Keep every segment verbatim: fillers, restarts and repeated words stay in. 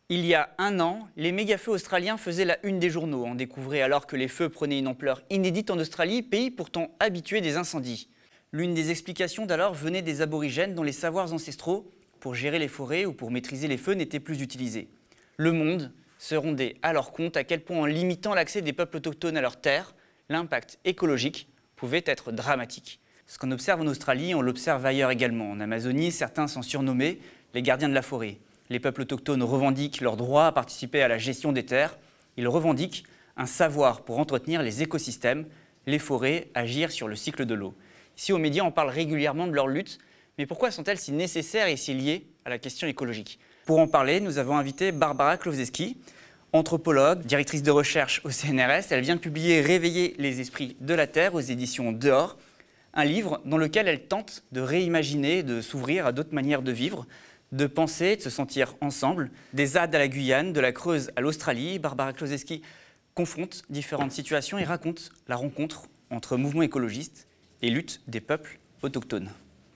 Il y a un an, les méga-feux australiens faisaient la une des journaux. On découvrait alors que les feux prenaient une ampleur inédite en Australie, pays pourtant habitué des incendies. L'une des explications d'alors venait des aborigènes dont les savoirs ancestraux pour gérer les forêts ou pour maîtriser les feux n'étaient plus utilisés. Le monde se rendait alors compte à quel point en limitant l'accès des peuples autochtones à leurs terres, l'impact écologique pouvait être dramatique. Ce qu'on observe en Australie, on l'observe ailleurs également. En Amazonie, certains sont surnommés les gardiens de la forêt. Les peuples autochtones revendiquent leur droit à participer à la gestion des terres. Ils revendiquent un savoir pour entretenir les écosystèmes, les forêts, agir sur le cycle de l'eau. Ici, aux médias, on parle régulièrement de leur lutte, mais pourquoi sont-elles si nécessaires et si liées à la question écologique? Pour en parler, nous avons invité Barbara Klowczewski, anthropologue, directrice de recherche au C N R S. Elle vient de publier « Réveiller les esprits de la Terre » aux éditions Dehors, un livre dans lequel elle tente de réimaginer, de s'ouvrir à d'autres manières de vivre, de penser, de se sentir ensemble. Des Z A D à la Guyane, de la Creuse à l'Australie, Barbara Klowczewski confronte différentes situations et raconte la rencontre entre mouvements écologistes et lutte des peuples autochtones.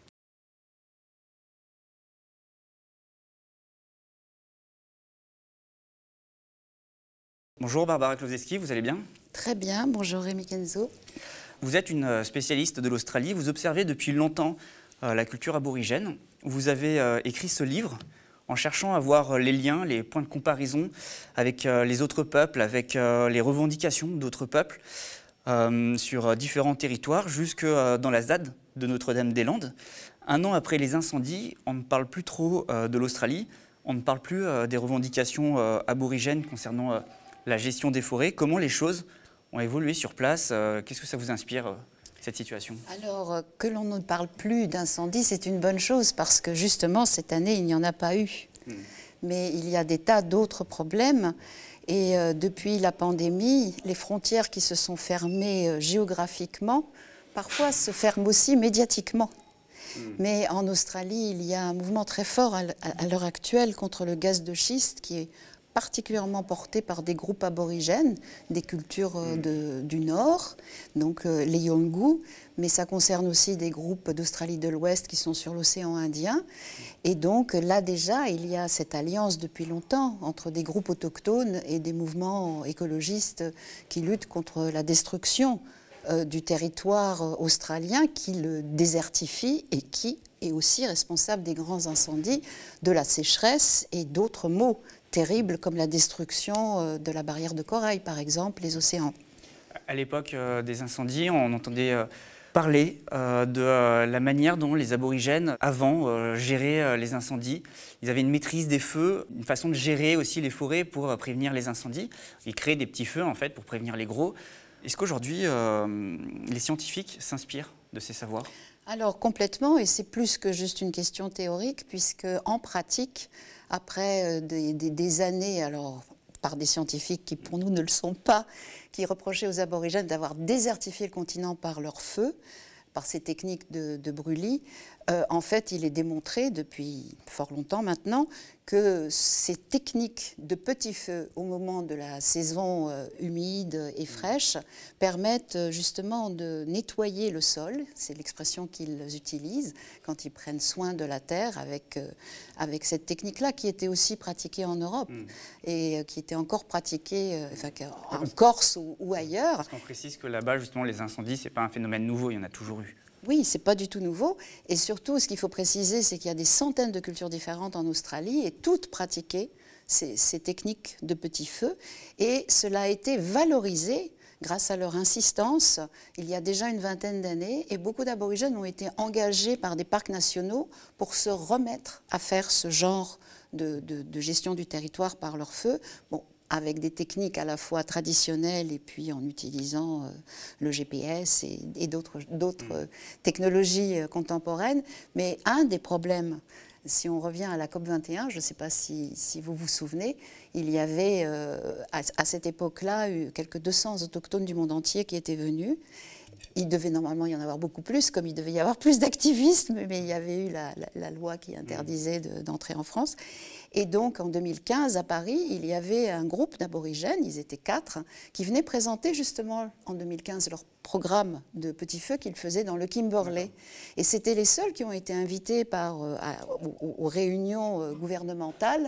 Bonjour Barbara Klowczewski, vous allez bien? Très bien, bonjour Rémi Kenzo. Vous êtes une spécialiste de l'Australie, vous observez depuis longtemps euh, la culture aborigène. Vous avez euh, écrit ce livre en cherchant à voir les liens, les points de comparaison avec euh, les autres peuples, avec euh, les revendications d'autres peuples euh, sur différents territoires, jusque euh, dans la Z A D de Notre-Dame-des-Landes. Un an après les incendies, on ne parle plus trop euh, de l'Australie, on ne parle plus euh, des revendications euh, aborigènes concernant euh, la gestion des forêts. Comment les choses ont évolué sur place? euh, Qu'est-ce que ça vous inspire, euh, cette situation? Alors, euh, que l'on ne parle plus d'incendie, c'est une bonne chose parce que justement, cette année, il n'y en a pas eu. Mmh. Mais il y a des tas d'autres problèmes. Et euh, depuis la pandémie, les frontières qui se sont fermées euh, géographiquement, parfois se ferment aussi médiatiquement. Mmh. Mais en Australie, il y a un mouvement très fort à, à l'heure actuelle contre le gaz de schiste qui est particulièrement porté par des groupes aborigènes, des cultures de, du Nord, donc euh, les Yolngu, mais ça concerne aussi des groupes d'Australie de l'Ouest qui sont sur l'océan Indien. Et donc là déjà, il y a cette alliance depuis longtemps entre des groupes autochtones et des mouvements écologistes qui luttent contre la destruction euh, du territoire australien, qui le désertifie et qui est aussi responsable des grands incendies, de la sécheresse et d'autres maux terribles comme la destruction de la barrière de corail, par exemple, les océans. À l'époque euh, des incendies, on entendait euh, parler euh, de euh, la manière dont les aborigènes, avant, euh, géraient euh, les incendies. Ils avaient une maîtrise des feux, une façon de gérer aussi les forêts pour euh, prévenir les incendies. Ils créaient des petits feux, en fait, pour prévenir les gros. Est-ce qu'aujourd'hui, euh, les scientifiques s'inspirent de ces savoirs? Alors, complètement, et c'est plus que juste une question théorique, puisque en pratique, après des, des, des années, alors par des scientifiques qui pour nous ne le sont pas, qui reprochaient aux aborigènes d'avoir désertifié le continent par leur feu, par ces techniques de, de brûlis, euh, en fait, il est démontré depuis fort longtemps maintenant que ces techniques de petits feux au moment de la saison euh, humide et fraîche permettent euh, justement de nettoyer le sol. C'est l'expression qu'ils utilisent quand ils prennent soin de la terre avec, euh, avec cette technique-là qui était aussi pratiquée en Europe mmh. et euh, qui était encore pratiquée euh, enfin, en Corse ou, ou ailleurs. Parce qu'on précise que là-bas, justement, les incendies, ce n'est pas un phénomène nouveau, il y en a toujours eu. Oui, ce n'est pas du tout nouveau. Et surtout, ce qu'il faut préciser, c'est qu'il y a des centaines de cultures différentes en Australie et toutes pratiquaient ces, ces techniques de petits feux. Et cela a été valorisé grâce à leur insistance il y a déjà une vingtaine d'années. Et beaucoup d'aborigènes ont été engagés par des parcs nationaux pour se remettre à faire ce genre de, de, de gestion du territoire par leur feu. Bon, avec des techniques à la fois traditionnelles et puis en utilisant euh, le G P S et, et d'autres, d'autres euh, technologies euh, contemporaines. Mais un des problèmes, si on revient à la COP vingt et un, je ne sais pas si, si vous vous souvenez, il y avait euh, à, à cette époque-là eu quelques deux cents autochtones du monde entier qui étaient venus. Il devait normalement y en avoir beaucoup plus, comme il devait y avoir plus d'activisme, mais il y avait eu la, la, la loi qui interdisait de, d'entrer en France. Et donc, en deux mille quinze, à Paris, il y avait un groupe d'aborigènes, ils étaient quatre, qui venaient présenter justement en deux mille quinze leur programme de petits feux qu'ils faisaient dans le Kimberley. Et c'était les seuls qui ont été invités par, euh, à, aux, aux réunions euh, gouvernementales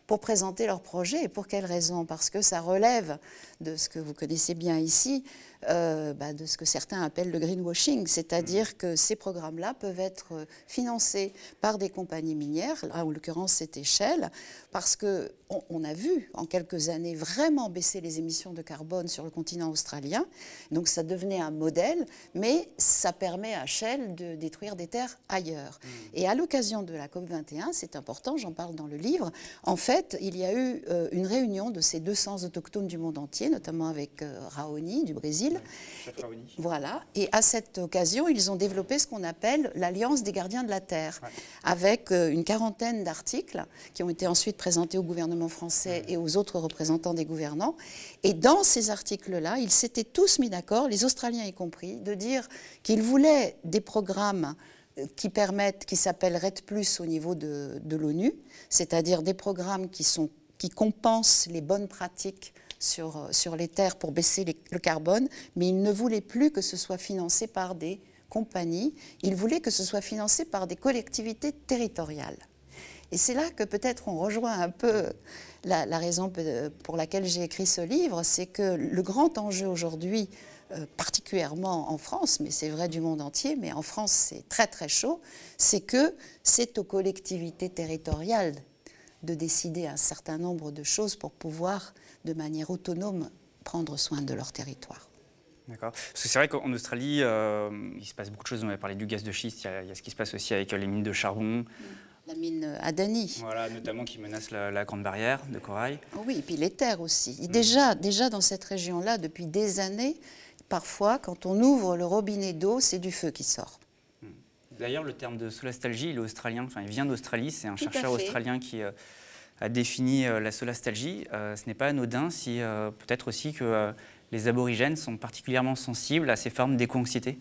pour présenter leur projet. Et pour quelle raison? Parce que ça relève de ce que vous connaissez bien ici, euh, bah, de ce que certains appellent le greenwashing, c'est-à-dire que ces programmes-là peuvent être financés par des compagnies minières, là en l'occurrence c'était Shell, parce qu'on on a vu en quelques années vraiment baisser les émissions de carbone sur le continent australien, donc ça devenait un modèle, mais ça permet à Shell de détruire des terres ailleurs. Mmh. Et à l'occasion de la COP vingt et un, c'est important, j'en parle dans le livre, en fait il y a eu euh, une réunion de ces deux cents autochtones du monde entier, notamment avec euh, Raoni du Brésil. Ouais, Raoni. Voilà, et à cette occasion, ils ont développé ce qu'on appelle l'Alliance des gardiens de la Terre, ouais. avec euh, une quarantaine d'articles qui ont été ensuite présentés au gouvernement français ouais. et aux autres représentants des gouvernants. Et dans ces articles-là, ils s'étaient tous mis d'accord, les Australiens y compris, de dire qu'ils voulaient des programmes qui permettent, qui s'appellent REDD plus au niveau de, de l'ONU, c'est-à-dire des programmes qui, sont, qui compensent les bonnes pratiques Sur, sur les terres pour baisser les, le carbone, mais il ne voulait plus que ce soit financé par des compagnies, il voulait que ce soit financé par des collectivités territoriales. Et c'est là que peut-être on rejoint un peu la, la raison pour laquelle j'ai écrit ce livre, c'est que le grand enjeu aujourd'hui, euh, particulièrement en France, mais c'est vrai du monde entier, mais en France c'est très très chaud, c'est que c'est aux collectivités territoriales de décider un certain nombre de choses pour pouvoir, de manière autonome, prendre soin de leur territoire. D'accord. Parce que c'est vrai qu'en Australie, euh, il se passe beaucoup de choses. On avait parlé du gaz de schiste, il y a, il y a ce qui se passe aussi avec les mines de charbon. La mine Adani. Voilà, notamment qui menace la, la grande barrière de corail. Oui, et puis les terres aussi. Et déjà, mmh. déjà, dans cette région-là, depuis des années, parfois, quand on ouvre le robinet d'eau, c'est du feu qui sort. D'ailleurs, le terme de solastalgie, il est australien, enfin, il vient d'Australie, c'est un Tout chercheur australien qui euh, a défini euh, la solastalgie. Euh, ce n'est pas anodin, si euh, peut-être aussi que euh, les aborigènes sont particulièrement sensibles à ces formes d'éco-anxiété.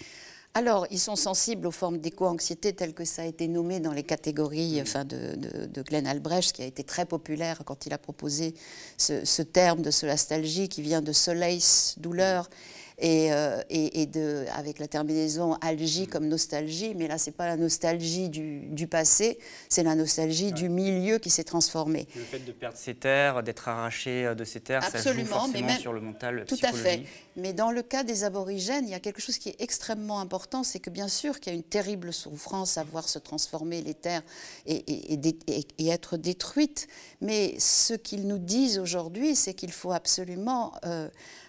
Alors, ils sont sensibles aux formes d'éco-anxiété telles que ça a été nommé dans les catégories mmh. enfin, de, de, de Glenn Albrecht, qui a été très populaire quand il a proposé ce, ce terme de solastalgie qui vient de solace, douleur, et, euh, et, et de, avec la terminaison algie comme nostalgie, mais là, ce n'est pas la nostalgie du, du passé, c'est la nostalgie ouais. du milieu qui s'est transformé. Le fait de perdre ses terres, d'être arraché de ses terres, Absolument, ça joue forcément mais même, sur le mental, tout à fait. Mais dans le cas des aborigènes, il y a quelque chose qui est extrêmement important, c'est que bien sûr qu'il y a une terrible souffrance à voir se transformer les terres et, et, et, et, et être détruites, mais ce qu'ils nous disent aujourd'hui, c'est qu'il faut absolument euh,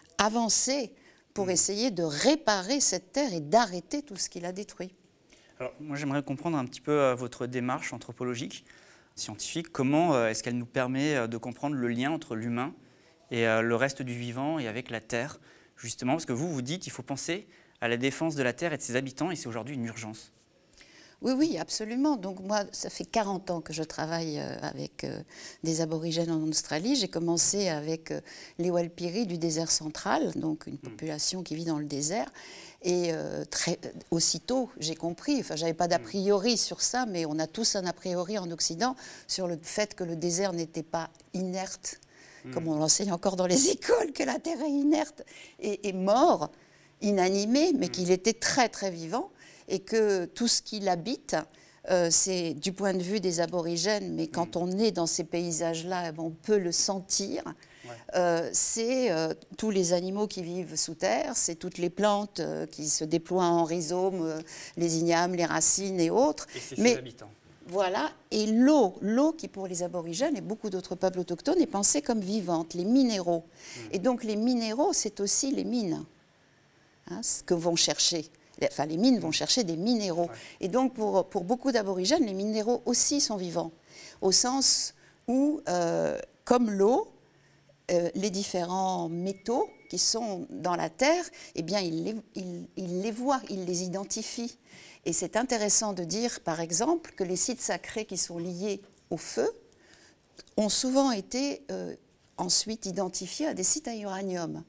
avancer pour essayer de réparer cette terre et d'arrêter tout ce qu'il a détruit. Alors, moi, j'aimerais comprendre un petit peu euh, votre démarche anthropologique, scientifique. Comment euh, est-ce qu'elle nous permet euh, de comprendre le lien entre l'humain et euh, le reste du vivant et avec la terre, justement, parce que vous, vous dites qu'il faut penser à la défense de la terre et de ses habitants, et c'est aujourd'hui une urgence. Oui, oui, absolument. Donc moi, ça fait quarante ans que je travaille avec euh, des aborigènes en Australie. J'ai commencé avec euh, les Walpiri du désert central, donc une population qui vit dans le désert. Et euh, très, aussitôt, j'ai compris, enfin, j'avais pas d'a priori sur ça, mais on a tous un a priori en Occident sur le fait que le désert n'était pas inerte, mmh. comme on l'enseigne encore dans les écoles, que la terre est inerte et, et mort, inanimé, mais mmh. qu'il était très, très vivant. Et que tout ce qui l'habite, euh, c'est du point de vue des aborigènes, mais quand on est dans ces paysages-là, on peut le sentir. Ouais. Euh, c'est euh, tous les animaux qui vivent sous terre, c'est toutes les plantes euh, qui se déploient en rhizomes, euh, les ignames, les racines et autres. Et c'est mais, ses habitants. Voilà, et l'eau, l'eau qui pour les aborigènes et beaucoup d'autres peuples autochtones est pensée comme vivante, les minéraux. Mmh. Et donc les minéraux, c'est aussi les mines, hein, ce que vont chercher. Enfin, les mines vont chercher des minéraux. Ouais. Et donc, pour, pour beaucoup d'aborigènes, les minéraux aussi sont vivants, au sens où, euh, comme l'eau, euh, les différents métaux qui sont dans la terre, eh bien, ils les, ils, ils les voient, ils les identifient. Et c'est intéressant de dire, par exemple, que les sites sacrés qui sont liés au feu ont souvent été euh, ensuite identifiés à des sites à uranium.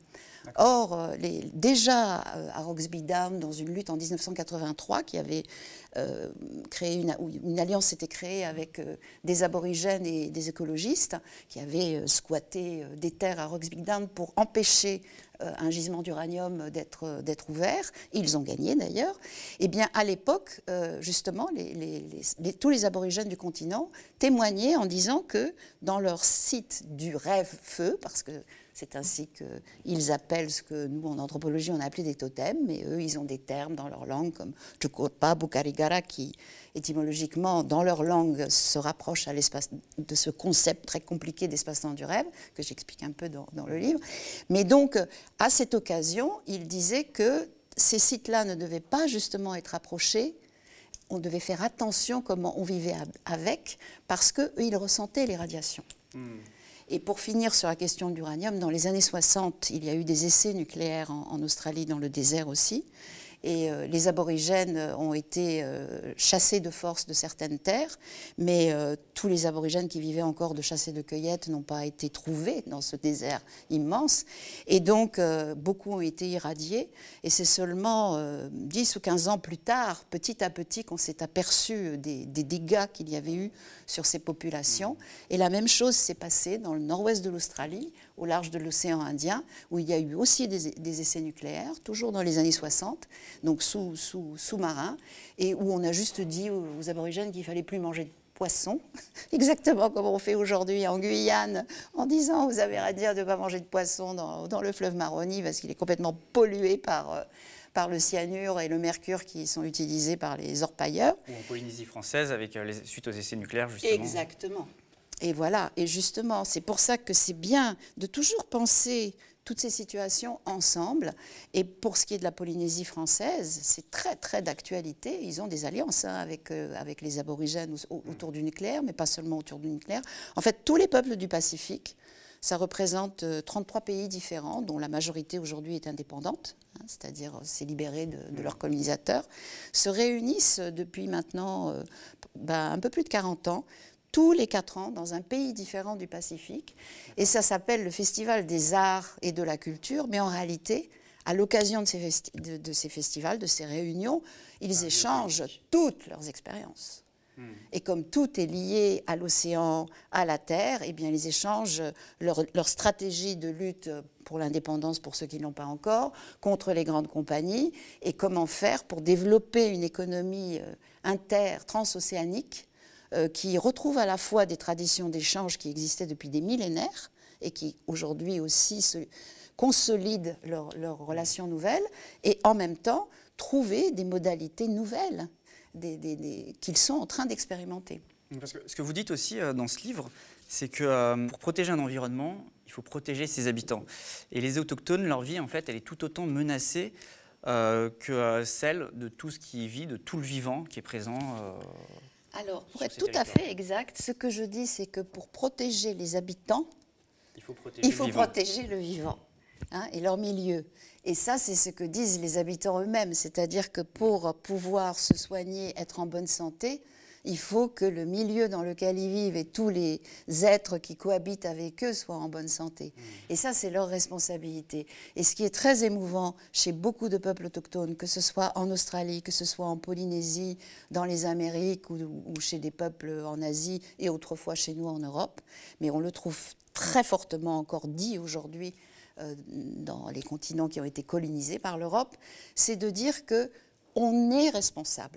Or, les, déjà à Roxby Down, dans une lutte en mille neuf cent quatre-vingt-trois, qui avait euh, créé une, une alliance s'était créée avec euh, des aborigènes et des écologistes qui avaient euh, squatté euh, des terres à Roxby Down pour empêcher euh, un gisement d'uranium d'être euh, d'être ouvert. Ils ont gagné d'ailleurs. Eh bien, à l'époque, euh, justement, les, les, les, les, tous les aborigènes du continent témoignaient en disant que dans leur site du rêve-feu, parce que c'est ainsi qu'ils appellent ce que nous, en anthropologie, on a appelé des totems, mais eux, ils ont des termes dans leur langue comme Chukopa, Bukarigara, qui, étymologiquement, dans leur langue, se rapproche à l'espace, de ce concept très compliqué d'espace-temps du rêve, que j'explique un peu dans, dans le livre. Mais donc, à cette occasion, ils disaient que ces sites-là ne devaient pas justement être approchés. On devait faire attention comment on vivait avec, parce qu'eux, ils ressentaient les radiations. Mm. Et pour finir sur la question de l'uranium, dans les années soixante, il y a eu des essais nucléaires en, en Australie, dans le désert aussi. Et euh, les aborigènes ont été euh, chassés de force de certaines terres, mais euh, tous les aborigènes qui vivaient encore de chasse et de cueillette n'ont pas été trouvés dans ce désert immense. Et donc, euh, beaucoup ont été irradiés. Et c'est seulement euh, dix ou quinze ans plus tard, petit à petit, qu'on s'est aperçu des, des dégâts qu'il y avait eu sur ces populations. Et la même chose s'est passée dans le nord-ouest de l'Australie, au large de l'océan Indien, où il y a eu aussi des, des essais nucléaires, toujours dans les années soixante, donc sous, sous, sous-marins, et où on a juste dit aux, aux aborigènes qu'il ne fallait plus manger de poisson, exactement comme on fait aujourd'hui en Guyane, en disant vous avez à dire de ne pas manger de poisson dans, dans le fleuve Maroni, parce qu'il est complètement pollué par... Euh, par le cyanure et le mercure qui sont utilisés par les orpailleurs. Ou en Polynésie française, avec les, suite aux essais nucléaires, justement. Exactement. Et voilà, et justement, c'est pour ça que c'est bien de toujours penser toutes ces situations ensemble. Et pour ce qui est de la Polynésie française, c'est très, très d'actualité. Ils ont des alliances hein, avec, euh, avec les aborigènes au, autour du nucléaire, mais pas seulement autour du nucléaire. En fait, tous les peuples du Pacifique, ça représente trente-trois pays différents, dont la majorité aujourd'hui est indépendante, hein, c'est-à-dire s'est libérée de, de leurs colonisateurs, se réunissent depuis maintenant euh, ben, un peu plus de quarante ans, tous les quatre ans, dans un pays différent du Pacifique. Et ça s'appelle le Festival des Arts et de la Culture, mais en réalité, à l'occasion de ces, festi- de, de ces festivals, de ces réunions, ils ah, échangent toutes leurs expériences. Et comme tout est lié à l'océan, à la terre, eh bien, ils échangent leur, leur stratégie de lutte pour l'indépendance, pour ceux qui ne l'ont pas encore, contre les grandes compagnies, et comment faire pour développer une économie inter, transocéanique, euh, qui retrouve à la fois des traditions d'échange qui existaient depuis des millénaires, et qui aujourd'hui aussi se consolident leurs leur relations nouvelles, et en même temps trouver des modalités nouvelles. Des, des, des, qu'ils sont en train d'expérimenter. Parce que ce que vous dites aussi euh, dans ce livre, c'est que euh, pour protéger un environnement, il faut protéger ses habitants. Et les autochtones, leur vie, en fait, elle est tout autant menacée euh, que euh, celle de tout ce qui vit, de tout le vivant qui est présent. Euh, Alors, pour être tout à fait exact, ce que je dis, c'est que pour protéger les habitants, il faut protéger, il faut le, vivant. protéger le vivant hein, et leur milieu. Et ça, c'est ce que disent les habitants eux-mêmes, c'est-à-dire que pour pouvoir se soigner, être en bonne santé, il faut que le milieu dans lequel ils vivent et tous les êtres qui cohabitent avec eux soient en bonne santé. Mmh. Et ça, c'est leur responsabilité. Et ce qui est très émouvant chez beaucoup de peuples autochtones, que ce soit en Australie, que ce soit en Polynésie, dans les Amériques ou, ou chez des peuples en Asie et autrefois chez nous en Europe, mais on le trouve très fortement encore dit aujourd'hui Euh, dans les continents qui ont été colonisés par l'Europe, c'est de dire qu'on est responsable.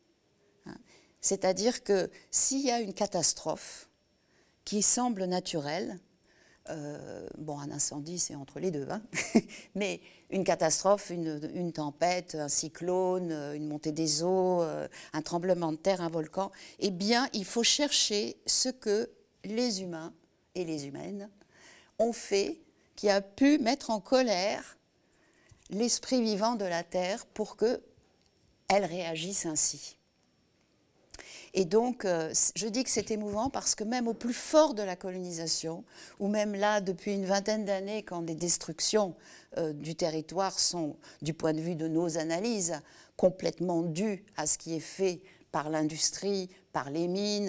Hein. C'est-à-dire que s'il y a une catastrophe qui semble naturelle, euh, bon, un incendie, c'est entre les deux, hein, mais une catastrophe, une, une tempête, un cyclone, une montée des eaux, euh, un tremblement de terre, un volcan, eh bien, il faut chercher ce que les humains et les humaines ont fait qui a pu mettre en colère l'esprit vivant de la Terre pour qu'elle réagisse ainsi. Et donc, euh, je dis que c'est émouvant parce que même au plus fort de la colonisation, ou même là, depuis une vingtaine d'années, quand des destructions euh, du territoire sont, du point de vue de nos analyses, complètement dues à ce qui est fait par l'industrie, par les mines,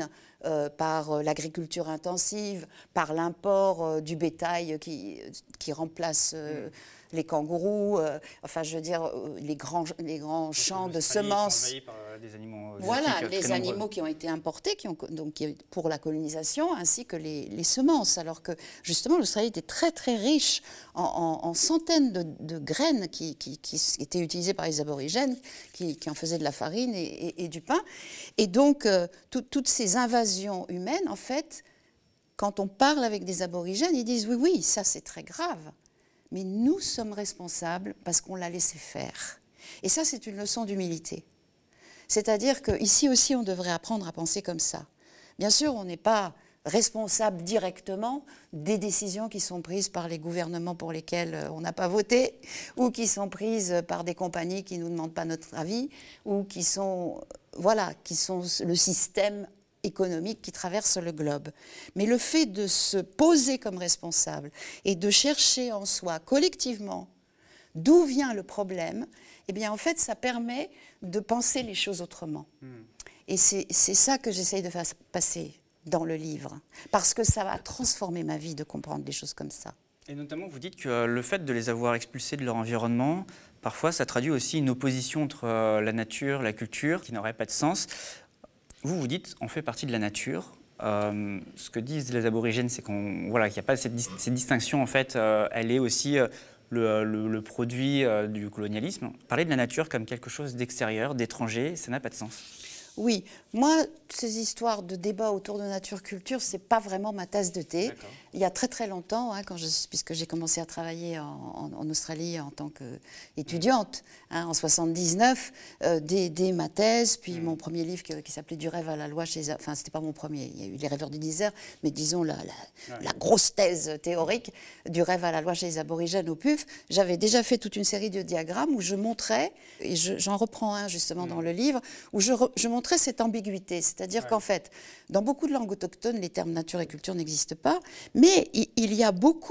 euh, par euh, l'agriculture intensive, par l'import euh, du bétail qui, qui remplace euh, les kangourous, euh, enfin je veux dire euh, les grands, les grands champs de semences. Par des animaux voilà, exotiques, les très animaux nombreux. qui ont été importés qui ont, donc, qui- pour la colonisation, ainsi que les, les semences. Alors que justement l'Australie était très très riche en, en- en centaines de, de graines qui, qui- qui étaient utilisées par les aborigènes, qui, qui en faisaient de la farine et, et- et du pain. Et donc euh, tout- toutes ces invasions humaines, en fait, quand on parle avec des aborigènes, ils disent oui, oui, ça c'est très grave. Mais nous sommes responsables parce qu'on l'a laissé faire. Et ça, c'est une leçon d'humilité. C'est-à-dire qu'ici aussi, on devrait apprendre à penser comme ça. Bien sûr, on n'est pas responsable directement des décisions qui sont prises par les gouvernements pour lesquels on n'a pas voté, ou qui sont prises par des compagnies qui ne nous demandent pas notre avis, ou qui sont, voilà, qui sont le système économique qui traverse le globe. Mais le fait de se poser comme responsable et de chercher en soi collectivement d'où vient le problème, eh bien en fait ça permet de penser les choses autrement. Mm. Et c'est, c'est ça que j'essaye de faire passer dans le livre, parce que ça va transformer ma vie de comprendre des choses comme ça. Et notamment, vous dites que le fait de les avoir expulsés de leur environnement, parfois ça traduit aussi une opposition entre la nature, la culture, qui n'aurait pas de sens. Vous, vous dites, on fait partie de la nature. Euh, ce que disent les aborigènes, c'est qu'on, voilà, qu'il n'y a pas cette, dis- cette distinction, en fait, euh, elle est aussi euh, le, le- le produit euh, du colonialisme. Parler de la nature comme quelque chose d'extérieur, d'étranger, ça n'a pas de sens. Oui, moi, ces histoires de débat autour de nature-culture, c'est pas vraiment ma tasse de thé. D'accord. Il y a très très longtemps, hein, quand je, puisque j'ai commencé à travailler en, en, en Australie en tant qu'étudiante, hein, en soixante-dix-neuf, euh, dès, dès ma thèse, puis mmh. mon premier livre qui, qui s'appelait Du rêve à la loi chez les... Enfin, c'était pas mon premier, il y a eu Les rêveurs du désert, mais disons la, la, ouais. la grosse thèse théorique Du rêve à la loi chez les aborigènes au P U F. J'avais déjà fait toute une série de diagrammes où je montrais, et je, j'en reprends un justement mmh. dans le livre, où je, re, je montrais cette ambiguïté, c'est-à-dire ouais. qu'en fait, dans beaucoup de langues autochtones, les termes nature et culture n'existent pas, mais il y a beaucoup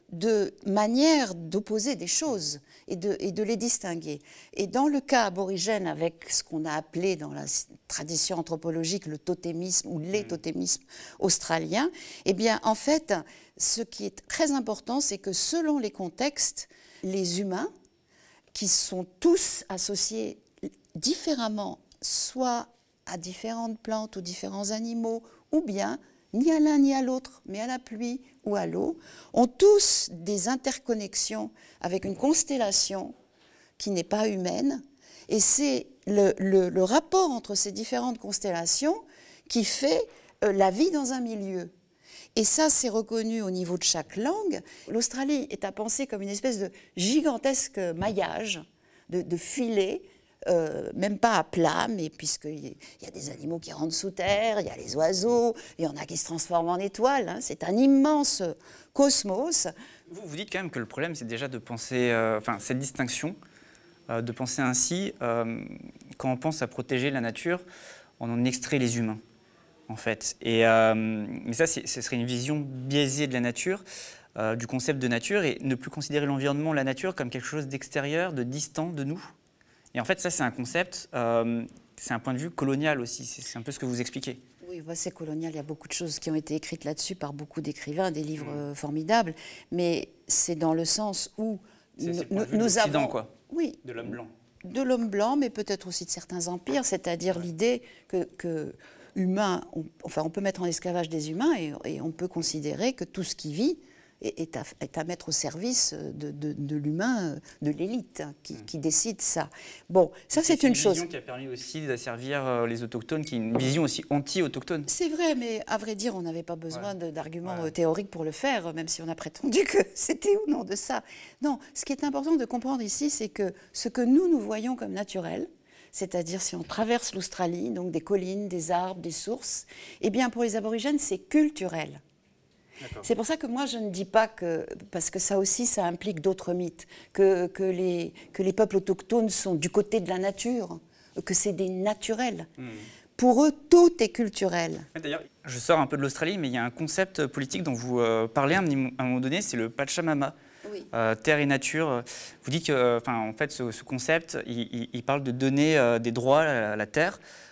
de manières d'opposer des choses et de, et de les distinguer. Et dans le cas aborigène, avec ce qu'on a appelé dans la tradition anthropologique le totémisme ou les totémismes australiens, eh bien, en fait, ce qui est très important, c'est que selon les contextes, les humains, qui sont tous associés différemment, soit à différentes plantes ou différents animaux, ou bien ni à l'un ni à l'autre, mais à la pluie ou à l'eau, ont tous des interconnexions avec une constellation qui n'est pas humaine. Et c'est le, le, le rapport entre ces différentes constellations qui fait euh, la vie dans un milieu. Et ça, c'est reconnu au niveau de chaque langue. L'Australie est à penser comme une espèce de gigantesque maillage, de, de filet, Euh, même pas à plat, mais puisqu'il y a des animaux qui rentrent sous terre, il y a les oiseaux, il y en a qui se transforment en étoiles, hein, c'est un immense cosmos. Vous, vous dites quand même que le problème, c'est déjà de penser, euh, enfin, cette distinction, euh, de penser ainsi, euh, quand on pense à protéger la nature, on en extrait les humains, en fait. Et, euh, mais ça, c'est, ce serait une vision biaisée de la nature, euh, du concept de nature, et ne plus considérer l'environnement, la nature, comme quelque chose d'extérieur, de distant de nous. Et en fait, ça, c'est un concept, euh, c'est un point de vue colonial aussi, c'est, c'est un peu ce que vous expliquez. Oui, bah c'est colonial, il y a beaucoup de choses qui ont été écrites là-dessus par beaucoup d'écrivains, des livres mmh. formidables, mais c'est dans le sens où c'est, c'est nous, nous avons... quoi. Oui, de l'homme blanc. De l'homme blanc, mais peut-être aussi de certains empires, c'est-à-dire ouais. l'idée que, que humains, on, enfin, on peut mettre en esclavage des humains et, et on peut considérer que tout ce qui vit est à, est à mettre au service de, de, de l'humain, de l'élite hein, qui, mmh. qui décide ça. Bon, ça c'est, c'est une, une chose. C'est une vision qui a permis aussi d'asservir les autochtones, qui est une vision aussi anti-autochtone. C'est vrai, mais à vrai dire, on n'avait pas besoin ouais. de, d'arguments ouais. théoriques pour le faire, même si on a prétendu que c'était ou non de ça. Non, ce qui est important de comprendre ici, c'est que ce que nous, nous voyons comme naturel, c'est-à-dire si on traverse l'Australie, donc des collines, des arbres, des sources, eh bien pour les aborigènes, c'est culturel. D'accord. C'est pour ça que moi, je ne dis pas que, parce que ça aussi, ça implique d'autres mythes, que, que, les, que les peuples autochtones sont du côté de la nature, que c'est des naturels. Mmh. Pour eux, tout est culturel. D'ailleurs, je sors un peu de l'Australie, mais il y a un concept politique dont vous euh, parlez à un, à un moment donné, c'est le Pachamama. Oui. Euh, terre et nature. Vous dites que, euh, en fait, ce, ce concept, il, il, il parle de donner euh, des droits à la terre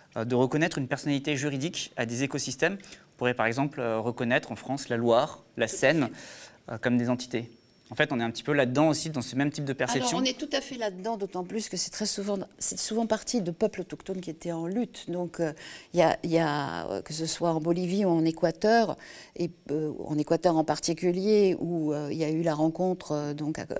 euh, de reconnaître une personnalité juridique à des écosystèmes. On pourrait par exemple euh, reconnaître en France la Loire, la Seine, euh, comme des entités. En fait, on est un petit peu là-dedans aussi, dans ce même type de perception. Alors, on est tout à fait là-dedans, d'autant plus que c'est très souvent, c'est souvent parti de peuples autochtones qui étaient en lutte. Donc, il euh, y, a, y a, que ce soit en Bolivie ou en Équateur, et euh, en Équateur en particulier, où il euh, y a eu la rencontre euh, donc, euh,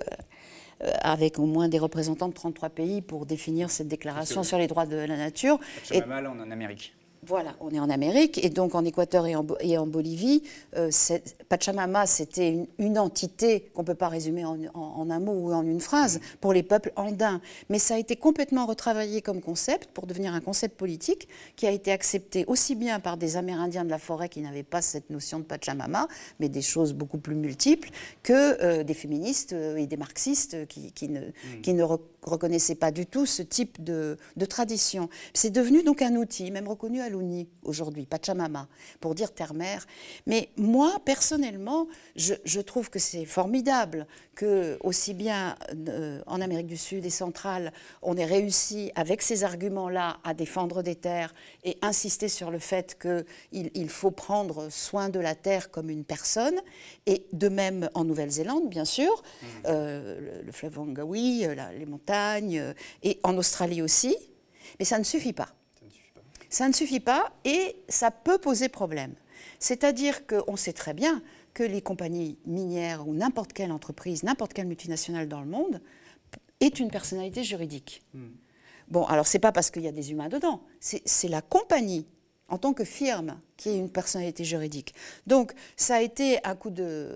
avec au moins des représentants de trente-trois pays pour définir cette déclaration sur les droits de la nature. Pachamama, là, on est en Amérique. Voilà, on est en Amérique, et donc en Équateur et en, et en Bolivie, euh, Pachamama, c'était une, une entité qu'on ne peut pas résumer en, en, en un mot ou en une phrase, mmh. pour les peuples andins. Mais ça a été complètement retravaillé comme concept pour devenir un concept politique qui a été accepté aussi bien par des Amérindiens de la forêt qui n'avaient pas cette notion de Pachamama, mais des choses beaucoup plus multiples, que euh, des féministes et des marxistes qui, qui ne, mmh. qui ne re reconnaissaient pas du tout ce type de, de tradition. C'est devenu donc un outil, même reconnu à l'O N U aujourd'hui, Pachamama, pour dire terre-mère. Mais moi, personnellement, je, je trouve que c'est formidable que, aussi bien euh, en Amérique du Sud et centrale, on ait réussi, avec ces arguments-là, à défendre des terres et insister sur le fait qu'il il faut prendre soin de la terre comme une personne. Et de même en Nouvelle-Zélande, bien sûr, mmh. euh, le, le fleuve Wangawi, la, les montagnes, euh, et en Australie aussi. Mais ça ne suffit pas. Ça ne suffit pas et ça peut poser problème. C'est-à-dire qu'on sait très bien que les compagnies minières ou n'importe quelle entreprise, n'importe quelle multinationale dans le monde est une personnalité juridique. Mm. Bon, alors ce n'est pas parce qu'il y a des humains dedans, c'est la compagnie en tant que firme qui est une personnalité juridique. Donc ça a été un coup de, euh,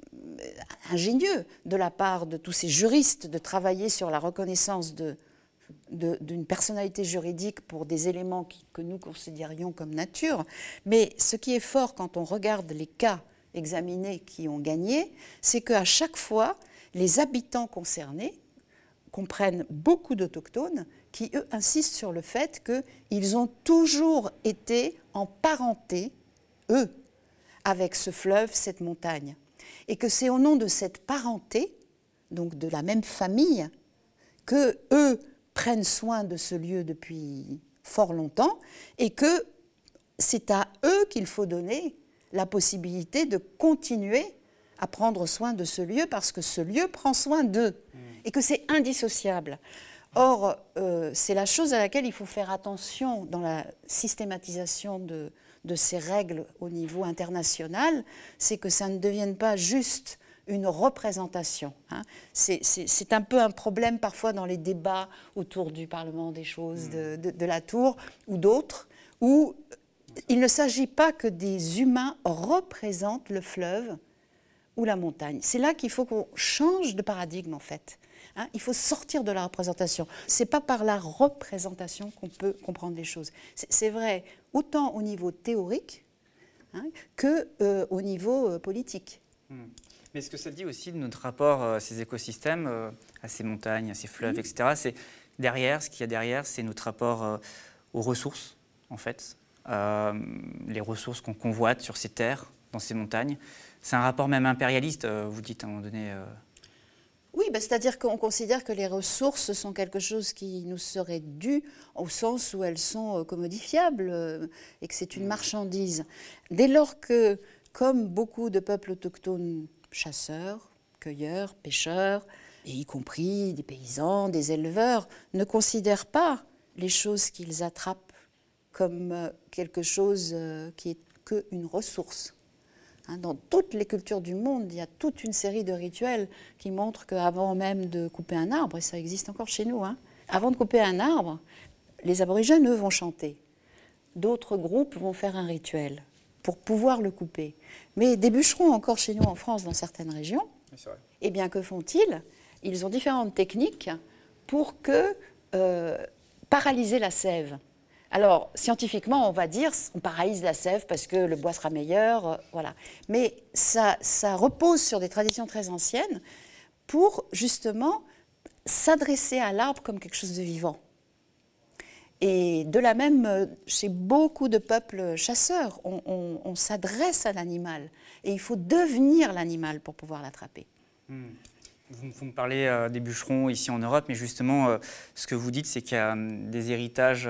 ingénieux de la part de tous ces juristes de travailler sur la reconnaissance de d'une personnalité juridique pour des éléments qui, que nous considérions comme nature. Mais ce qui est fort quand on regarde les cas examinés qui ont gagné, c'est qu'à chaque fois, les habitants concernés comprennent beaucoup d'autochtones qui, eux, insistent sur le fait qu'ils ont toujours été en parenté, eux, avec ce fleuve, cette montagne. Et que c'est au nom de cette parenté, donc de la même famille, que eux prennent soin de ce lieu depuis fort longtemps et que c'est à eux qu'il faut donner la possibilité de continuer à prendre soin de ce lieu parce que ce lieu prend soin d'eux mmh. et que c'est indissociable. Or, euh, c'est la chose à laquelle il faut faire attention dans la systématisation de, de ces règles au niveau international, c'est que ça ne devienne pas juste une représentation. Hein. C'est un peu un problème parfois dans les débats autour du Parlement des choses, de, de, de la Tour ou d'autres, où il ne s'agit pas que des humains représentent le fleuve ou la montagne. C'est là qu'il faut qu'on change de paradigme en fait. Hein. Il faut sortir de la représentation. Ce n'est pas par la représentation qu'on peut comprendre les choses. C'est vrai autant au niveau théorique hein, que euh, au niveau euh, politique. Hmm. Mais ce que ça dit aussi de notre rapport à ces écosystèmes, à ces montagnes, à ces fleuves, mmh. et cetera, c'est derrière, ce qu'il y a derrière, c'est notre rapport aux ressources, en fait. Euh, les ressources qu'on convoite sur ces terres, dans ces montagnes. C'est un rapport même impérialiste, vous dites à un moment donné. Euh... Oui, bah, c'est-à-dire qu'on considère que les ressources sont quelque chose qui nous serait dû au sens où elles sont commodifiables euh, et que c'est une marchandise. Dès lors que, comme beaucoup de peuples autochtones, chasseurs, cueilleurs, pêcheurs, et y compris des paysans, des éleveurs, ne considèrent pas les choses qu'ils attrapent comme quelque chose qui est qu'une ressource. Dans toutes les cultures du monde, il y a toute une série de rituels qui montrent qu'avant même de couper un arbre, et ça existe encore chez nous, hein, avant de couper un arbre, les aborigènes, eux, vont chanter. D'autres groupes vont faire un rituel pour pouvoir le couper. Mais des bûcherons, encore chez nous en France, dans certaines régions, eh bien, que font-ils? Ils ont différentes techniques pour que, euh, paralyser la sève. Alors, scientifiquement, on va dire on paralyse la sève parce que le bois sera meilleur, euh, voilà. Mais ça, ça repose sur des traditions très anciennes pour, justement, s'adresser à l'arbre comme quelque chose de vivant. Et de la même, chez beaucoup de peuples chasseurs, on, on, on s'adresse à l'animal. Et il faut devenir l'animal pour pouvoir l'attraper. Mmh. Vous, vous me parlez euh, des bûcherons ici en Europe, mais justement, euh, ce que vous dites, c'est qu'il y a euh, des héritages euh,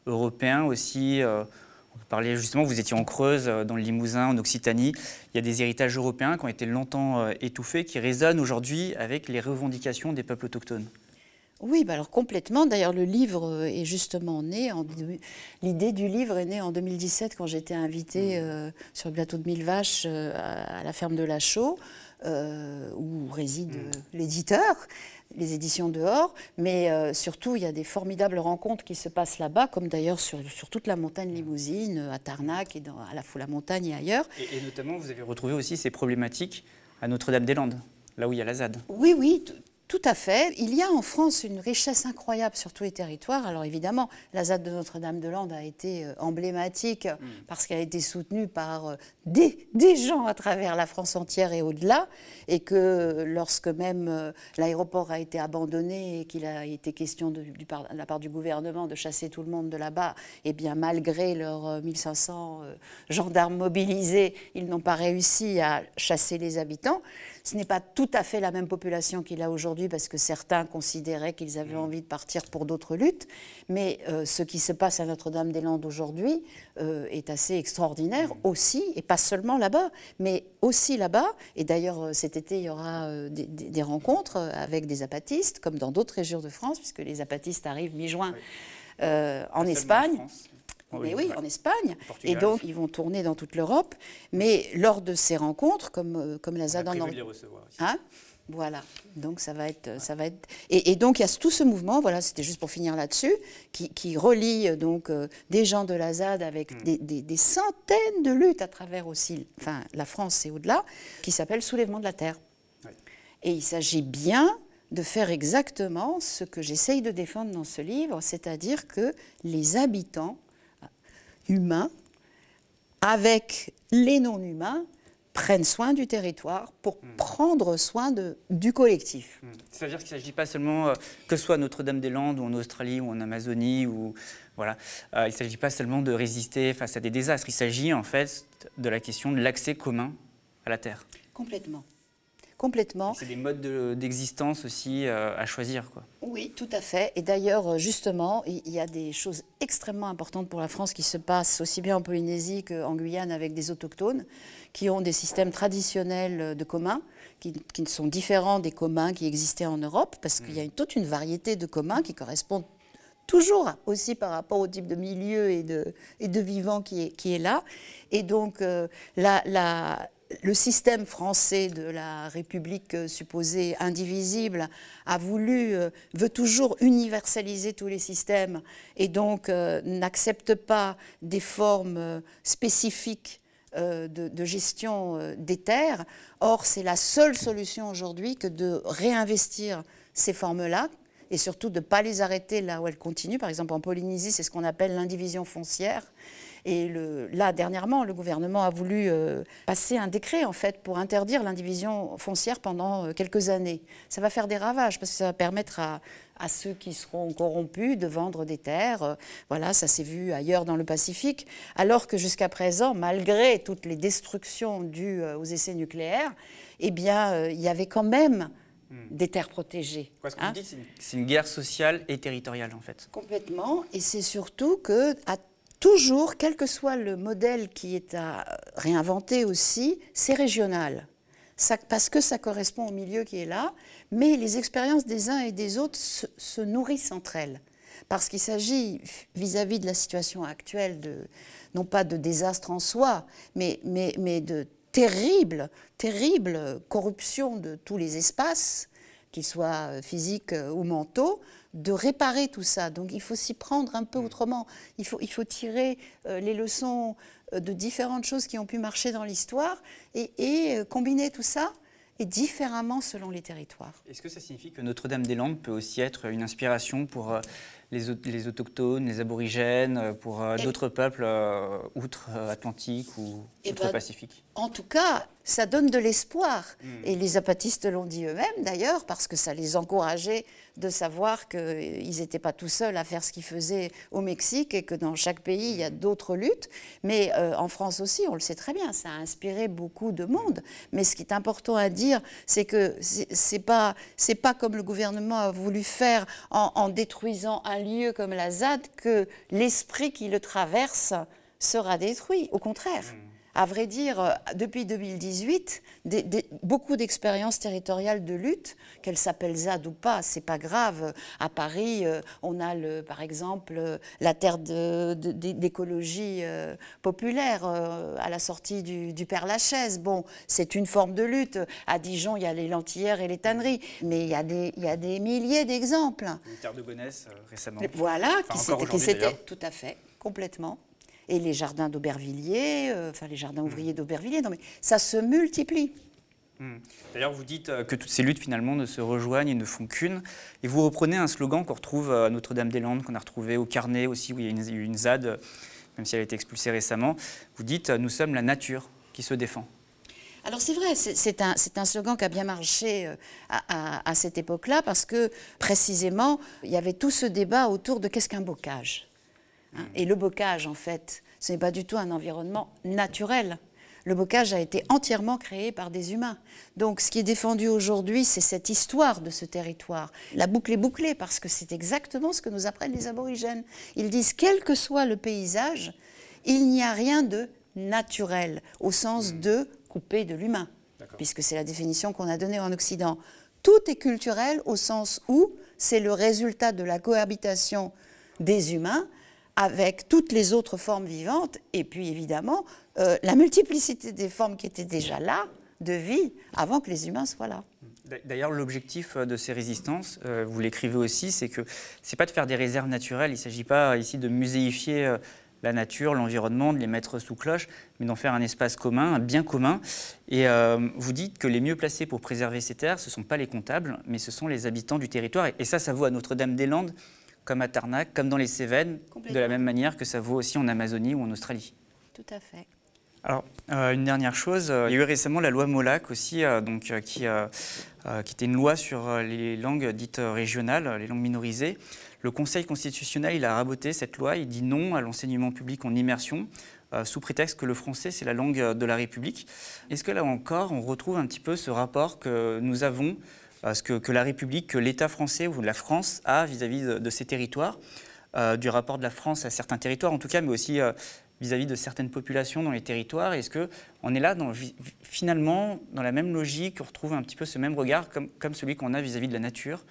européens aussi. Euh, on peut parler justement, vous étiez en Creuse, euh, dans le Limousin, en Occitanie. Il y a des héritages européens qui ont été longtemps euh, étouffés, qui résonnent aujourd'hui avec les revendications des peuples autochtones. Oui, bah alors complètement. D'ailleurs, le livre est justement né. En... L'idée du livre est née en deux mille dix-sept quand j'étais invitée euh, sur le plateau de Mille Vaches euh, à la ferme de La Chaux, euh, où réside euh, l'éditeur, les éditions dehors. Mais euh, surtout, il y a des formidables rencontres qui se passent là-bas, comme d'ailleurs sur, sur toute la montagne limousine, à Tarnac, et dans, à la Foula-Montagne et ailleurs. Et, et notamment, vous avez retrouvé aussi ces problématiques à Notre-Dame-des-Landes, là où il y a la Z A D. Oui, oui. Tout à fait. Il y a en France une richesse incroyable sur tous les territoires. Alors évidemment, la Z A D de Notre-Dame-de-Landes a été euh, emblématique mmh. parce qu'elle a été soutenue par euh, des, des gens à travers la France entière et au-delà. Et que lorsque même euh, l'aéroport a été abandonné et qu'il a été question de, du, par, de la part du gouvernement de chasser tout le monde de là-bas, eh bien malgré leurs euh, mille cinq cents euh, gendarmes mobilisés, ils n'ont pas réussi à chasser les habitants. Ce n'est pas tout à fait la même population qu'il a aujourd'hui parce que certains considéraient qu'ils avaient envie de partir pour d'autres luttes. Mais euh, ce qui se passe à Notre-Dame-des-Landes aujourd'hui euh, est assez extraordinaire aussi, et pas seulement là-bas, mais aussi là-bas. Et d'ailleurs, cet été, il y aura euh, des, des, des rencontres avec des zapatistes, comme dans d'autres régions de France, puisque les zapatistes arrivent mi-juin euh, en Espagne. Mais oui, en Espagne. Et donc, ils vont tourner dans toute l'Europe. Mais lors de ces rencontres, comme, comme la Z A D en Nord... les recevoir aussi. Hein voilà. Donc, ça va être... Ça va être... Et, et donc, il y a tout ce mouvement, voilà, c'était juste pour finir là-dessus, qui, qui relie donc, euh, des gens de la Z A D avec mm. des, des, des centaines de luttes à travers aussi enfin, la France et au-delà, qui s'appelle Soulèvement de la Terre. Ouais. Et il s'agit bien de faire exactement ce que j'essaye de défendre dans ce livre, c'est-à-dire que les habitants humains, avec les non-humains, prennent soin du territoire pour mmh. prendre soin de, du collectif. Mmh. C'est-à-dire qu'il ne s'agit pas seulement, euh, que ce soit à Notre-Dame-des-Landes, ou en Australie, ou en Amazonie, ou, voilà, euh, il ne s'agit pas seulement de résister face à des désastres, il s'agit en fait de la question de l'accès commun à la terre. Complètement. Complètement. Et c'est des modes de, d'existence aussi euh, à choisir, quoi. Oui, tout à fait. Et d'ailleurs, justement, il y a des choses extrêmement importantes pour la France qui se passent aussi bien en Polynésie qu'en Guyane avec des autochtones qui ont des systèmes traditionnels de communs qui, qui sont différents des communs qui existaient en Europe parce qu'il y a une, toute une variété de communs qui correspondent toujours aussi par rapport au type de milieu et de, et de vivant qui est, qui est là. Et donc, euh, la... la le système français de la République supposée indivisible a voulu, euh, veut toujours universaliser tous les systèmes et donc euh, n'accepte pas des formes euh, spécifiques euh, de, de gestion euh, des terres. Or, c'est la seule solution aujourd'hui que de réinvestir ces formes-là et surtout de ne pas les arrêter là où elles continuent. Par exemple, en Polynésie, c'est ce qu'on appelle l'indivision foncière. Et le, là, dernièrement, le gouvernement a voulu euh, passer un décret, en fait, pour interdire l'indivision foncière pendant euh, quelques années. Ça va faire des ravages, parce que ça va permettre à, à ceux qui seront corrompus de vendre des terres. Euh, voilà, ça s'est vu ailleurs dans le Pacifique. Alors que jusqu'à présent, malgré toutes les destructions dues euh, aux essais nucléaires, eh bien, euh, il y avait quand même des terres protégées. Quoi, ce que hein vous dites, c'est une, c'est une guerre sociale et territoriale, en fait. Complètement. Et c'est surtout que... À toujours, quel que soit le modèle qui est à réinventer aussi, c'est régional. Ça, parce que ça correspond au milieu qui est là, mais les expériences des uns et des autres se, se nourrissent entre elles. Parce qu'il s'agit, vis-à-vis de la situation actuelle, de, non pas de désastre en soi, mais, mais, mais de terrible, terrible corruption de tous les espaces, qu'ils soient physiques ou mentaux, de réparer tout ça. Donc il faut s'y prendre un peu autrement. Il faut, il faut tirer euh, les leçons de différentes choses qui ont pu marcher dans l'histoire et, et euh, combiner tout ça et différemment selon les territoires. Est-ce que ça signifie que Notre-Dame-des-Landes peut aussi être une inspiration pour euh, les, les autochtones, les aborigènes, pour euh, d'autres peuples euh, outre-Atlantique ou outre-Pacifique ? En tout cas, ça donne de l'espoir. Mmh. Et les zapatistes l'ont dit eux-mêmes, d'ailleurs, parce que ça les encourageait de savoir qu'ils n'étaient pas tout seuls à faire ce qu'ils faisaient au Mexique et que dans chaque pays, il y a d'autres luttes. Mais euh, en France aussi, on le sait très bien, ça a inspiré beaucoup de monde. Mais ce qui est important à dire, c'est que c'est, c'est pas, c'est pas comme le gouvernement a voulu faire en, en détruisant un lieu comme la Z A D que l'esprit qui le traverse sera détruit. Au contraire. Mmh. À vrai dire, depuis deux mille dix-huit, des, des, beaucoup d'expériences territoriales de lutte, qu'elles s'appellent Z A D ou pas, c'est pas grave. À Paris, euh, on a le, par exemple euh, la terre de, de, de, d'écologie euh, populaire euh, à la sortie du, du Père-Lachaise. Bon, c'est une forme de lutte. À Dijon, il y a les lentillères et les tanneries, mais il y a des, il y a des milliers d'exemples. Une terre de Gonesse euh, récemment. Voilà, enfin, qui s'était, qui s'était tout à fait, complètement. Et les jardins d'Aubervilliers, euh, enfin les jardins ouvriers d'Aubervilliers, non mais ça se multiplie. Mmh. D'ailleurs, vous dites que toutes ces luttes finalement ne se rejoignent et ne font qu'une. Et vous reprenez un slogan qu'on retrouve à Notre-Dame-des-Landes, qu'on a retrouvé au Carnet aussi, où il y a une, une Z A D, même si elle a été expulsée récemment. Vous dites « Nous sommes la nature qui se défend ». Alors c'est vrai, c'est, c'est, un, c'est un slogan qui a bien marché à, à, à cette époque-là, parce que précisément, il y avait tout ce débat autour de qu'est-ce qu'un bocage. Hein, et le bocage, en fait, ce n'est pas du tout un environnement naturel. Le bocage a été entièrement créé par des humains. Donc, ce qui est défendu aujourd'hui, c'est cette histoire de ce territoire. La boucle est bouclée parce que c'est exactement ce que nous apprennent les aborigènes. Ils disent, quel que soit le paysage, il n'y a rien de naturel, au sens de coupé de l'humain, D'accord. puisque c'est la définition qu'on a donnée en Occident. Tout est culturel au sens où c'est le résultat de la cohabitation des humains avec toutes les autres formes vivantes, et puis évidemment, euh, la multiplicité des formes qui étaient déjà là, de vie, avant que les humains soient là. D'ailleurs, l'objectif de ces résistances, euh, vous l'écrivez aussi, c'est que c'est pas de faire des réserves naturelles, il ne s'agit pas ici de muséifier euh, la nature, l'environnement, de les mettre sous cloche, mais d'en faire un espace commun, un bien commun. Et euh, vous dites que les mieux placés pour préserver ces terres, ce ne sont pas les comptables, mais ce sont les habitants du territoire. Et, et ça, ça vaut à Notre-Dame-des-Landes, comme à Tarnac, comme dans les Cévennes, de la même manière que ça vaut aussi en Amazonie ou en Australie. Tout à fait. Alors, euh, une dernière chose, euh, il y a eu récemment la loi Molac aussi, euh, donc, euh, qui, euh, euh, qui était une loi sur euh, les langues dites euh, régionales, les langues minorisées. Le Conseil constitutionnel, il a raboté cette loi, il dit non à l'enseignement public en immersion, euh, sous prétexte que le français, c'est la langue de la République. Est-ce que là encore, on retrouve un petit peu ce rapport que nous avons, euh, ce que, que la République, que l'État français ou la France a vis-à-vis de, de ces territoires, euh, du rapport de la France à certains territoires en tout cas, mais aussi euh, vis-à-vis de certaines populations dans les territoires? Est-ce qu'on est là, dans, finalement, dans la même logique, on retrouve un petit peu ce même regard comme, comme celui qu'on a vis-à-vis de la nature?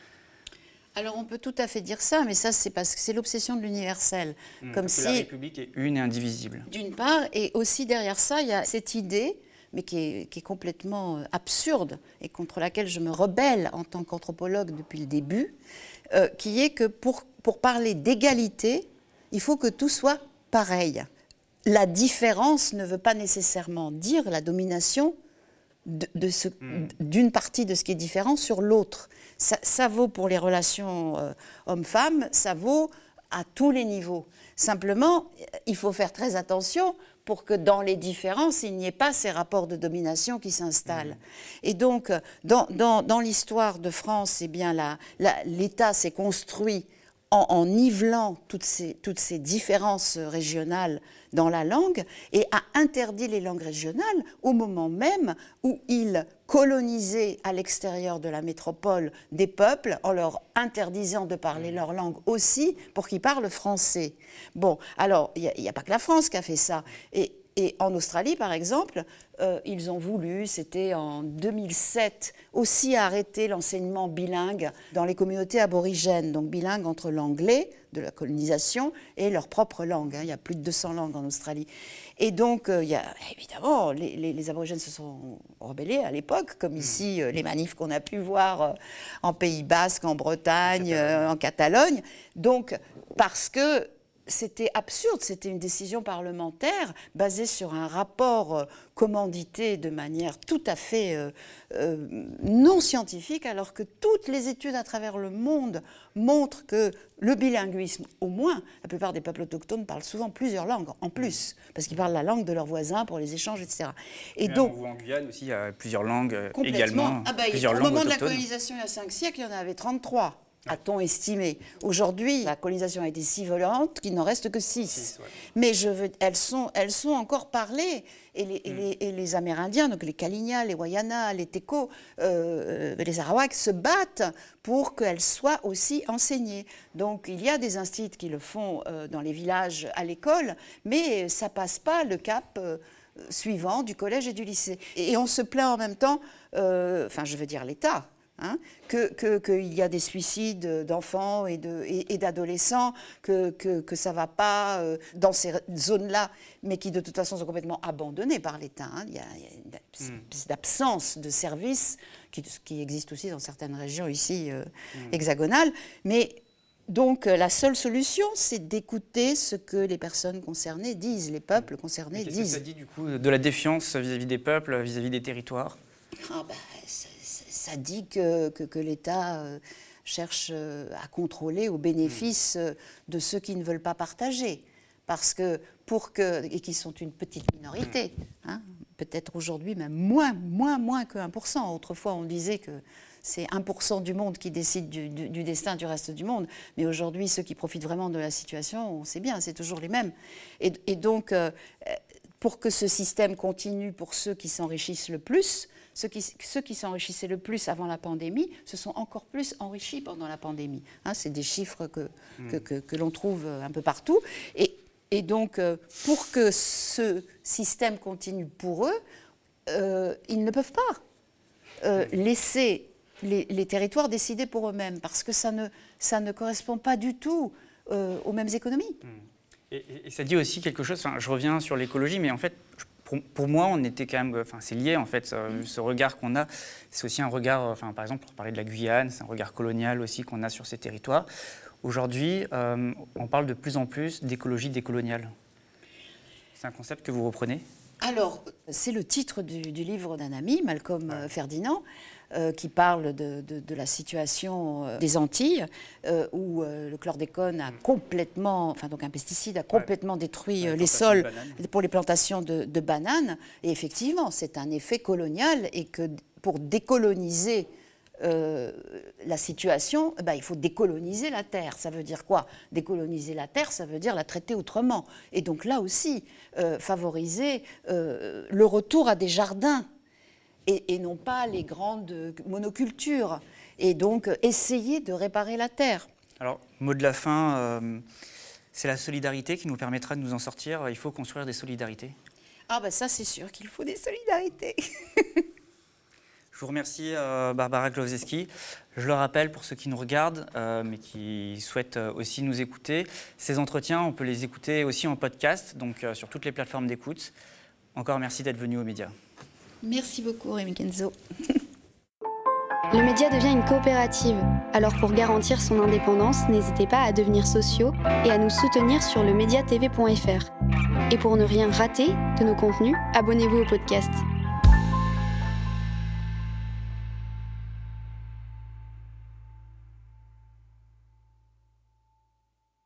Alors on peut tout à fait dire ça, mais ça c'est parce que c'est l'obsession de l'universel. Mmh, comme parce si, que la République est une et indivisible. D'une part, et aussi derrière ça, il y a cette idée, mais qui est, qui est complètement absurde et contre laquelle je me rebelle en tant qu'anthropologue depuis le début, euh, qui est que pour, pour parler d'égalité, il faut que tout soit pareil. La différence ne veut pas nécessairement dire la domination de, de ce, mmh. d'une partie de ce qui est différent sur l'autre. Ça, ça vaut pour les relations euh, hommes-femmes, ça vaut à tous les niveaux. Simplement, il faut faire très attention pour que dans les différences, il n'y ait pas ces rapports de domination qui s'installent. Mmh. Et donc, dans, dans, dans l'histoire de France, eh bien, la, la, l'État s'est construit en, en nivelant toutes ces, toutes ces différences régionales dans la langue et a interdit les langues régionales au moment même où il colonisait à l'extérieur de la métropole des peuples en leur interdisant de parler leur langue aussi pour qu'ils parlent français. Bon, alors, il n'y a, a pas que la France qui a fait ça. Et, et en Australie, par exemple, euh, ils ont voulu, c'était en deux mille sept, aussi arrêter l'enseignement bilingue dans les communautés aborigènes, donc bilingue entre l'anglais de la colonisation et leur propre langue. Hein. Il y a plus de deux cents langues en Australie. Et donc, euh, il y a, évidemment, les, les, les aborigènes se sont rebellés à l'époque, comme ici, euh, les manifs qu'on a pu voir euh, en Pays Basque, en Bretagne, euh, en Catalogne. Donc, parce que c'était absurde, c'était une décision parlementaire basée sur un rapport euh, commandité de manière tout à fait euh, euh, non scientifique, alors que toutes les études à travers le monde montrent que le bilinguisme, au moins, la plupart des peuples autochtones parlent souvent plusieurs langues, en plus, parce qu'ils parlent la langue de leurs voisins pour les échanges, et cetera. Et mais donc, en Guyane aussi, il y a plusieurs langues également. Ah bah, plusieurs au langues moment autochtones. de la colonisation, il y a cinq siècles, il y en avait trente-trois. a-t-on estimé. Aujourd'hui, la colonisation a été si violente qu'il n'en reste que six. six ouais. Mais je veux, elles, sont, elles sont encore parlées. Et les, et, les, et les Amérindiens, donc les Kalinia, les Wayana, les Teko, euh, les Arawaks se battent pour qu'elles soient aussi enseignées. Donc il y a des instituts qui le font euh, dans les villages à l'école, mais ça ne passe pas le cap euh, suivant du collège et du lycée. Et, et on se plaint en même temps, euh, enfin je veux dire l'État, Hein, que, que, qu'il y a des suicides d'enfants et, de, et, et d'adolescents, que, que, que ça ne va pas euh, dans ces zones-là, mais qui de toute façon sont complètement abandonnées par l'État. Hein. Il y a, il y a une mmh. absence de services qui, qui existe aussi dans certaines régions ici euh, mmh. hexagonales. Mais donc la seule solution, c'est d'écouter ce que les personnes concernées disent, les peuples concernés qu'est-ce disent. Qu'est-ce que ça dit du coup de la défiance vis-à-vis des peuples, vis-à-vis des territoires? Ah ben, ça dit que, que, que l'État euh, cherche euh, à contrôler au bénéfice euh, de ceux qui ne veulent pas partager. Parce que, pour que, et qui sont une petite minorité, hein, peut-être aujourd'hui même moins, moins, moins que un pour cent. Autrefois, on disait que c'est un pour cent du monde qui décide du, du, du destin du reste du monde. Mais aujourd'hui, ceux qui profitent vraiment de la situation, on sait bien, c'est toujours les mêmes. Et, et donc, euh, pour que ce système continue pour ceux qui s'enrichissent le plus, Ceux qui, ceux qui s'enrichissaient le plus avant la pandémie se sont encore plus enrichis pendant la pandémie. Hein, c'est des chiffres que, mmh. que, que, que l'on trouve un peu partout. Et, et donc, euh, pour que ce système continue pour eux, euh, ils ne peuvent pas euh, laisser les, les territoires décider pour eux-mêmes, parce que ça ne, ça ne correspond pas du tout euh, aux mêmes économies. Mmh. Et, et ça dit aussi quelque chose, enfin, je reviens sur l'écologie, mais en fait, Pour, pour moi, on était quand même, enfin, c'est lié en fait, ce, ce regard qu'on a, c'est aussi un regard, enfin, par exemple, pour parler de la Guyane, c'est un regard colonial aussi qu'on a sur ces territoires. Aujourd'hui, euh, on parle de plus en plus d'écologie décoloniale. C'est un concept que vous reprenez ? Alors, c'est le titre du, du livre d'un ami, Malcolm ouais. Ferdinand, euh, qui parle de, de, de la situation euh, des Antilles, euh, où euh, le chlordécone a complètement, enfin donc un pesticide a complètement ouais. détruit euh, les sols pour les plantations de, de bananes. Et effectivement, c'est un effet colonial, et que pour décoloniser Euh, la situation, ben, il faut décoloniser la terre. Ça veut dire quoi? Décoloniser la terre, ça veut dire la traiter autrement. Et donc là aussi, euh, favoriser euh, le retour à des jardins et, et non pas les grandes monocultures. Et donc euh, essayer de réparer la terre. Alors, mot de la fin, euh, c'est la solidarité qui nous permettra de nous en sortir. Il faut construire des solidarités. Ah ben ça, c'est sûr qu'il faut des solidarités. Je vous remercie, euh, Barbara Glovzeski. Je le rappelle pour ceux qui nous regardent, euh, mais qui souhaitent aussi nous écouter, ces entretiens, on peut les écouter aussi en podcast, donc euh, sur toutes les plateformes d'écoute. Encore merci d'être venu aux médias. Merci beaucoup, Rémi Kenzo. Le média devient une coopérative. Alors pour garantir son indépendance, n'hésitez pas à devenir sociaux et à nous soutenir sur le média t v point f r. Et pour ne rien rater de nos contenus, abonnez-vous au podcast.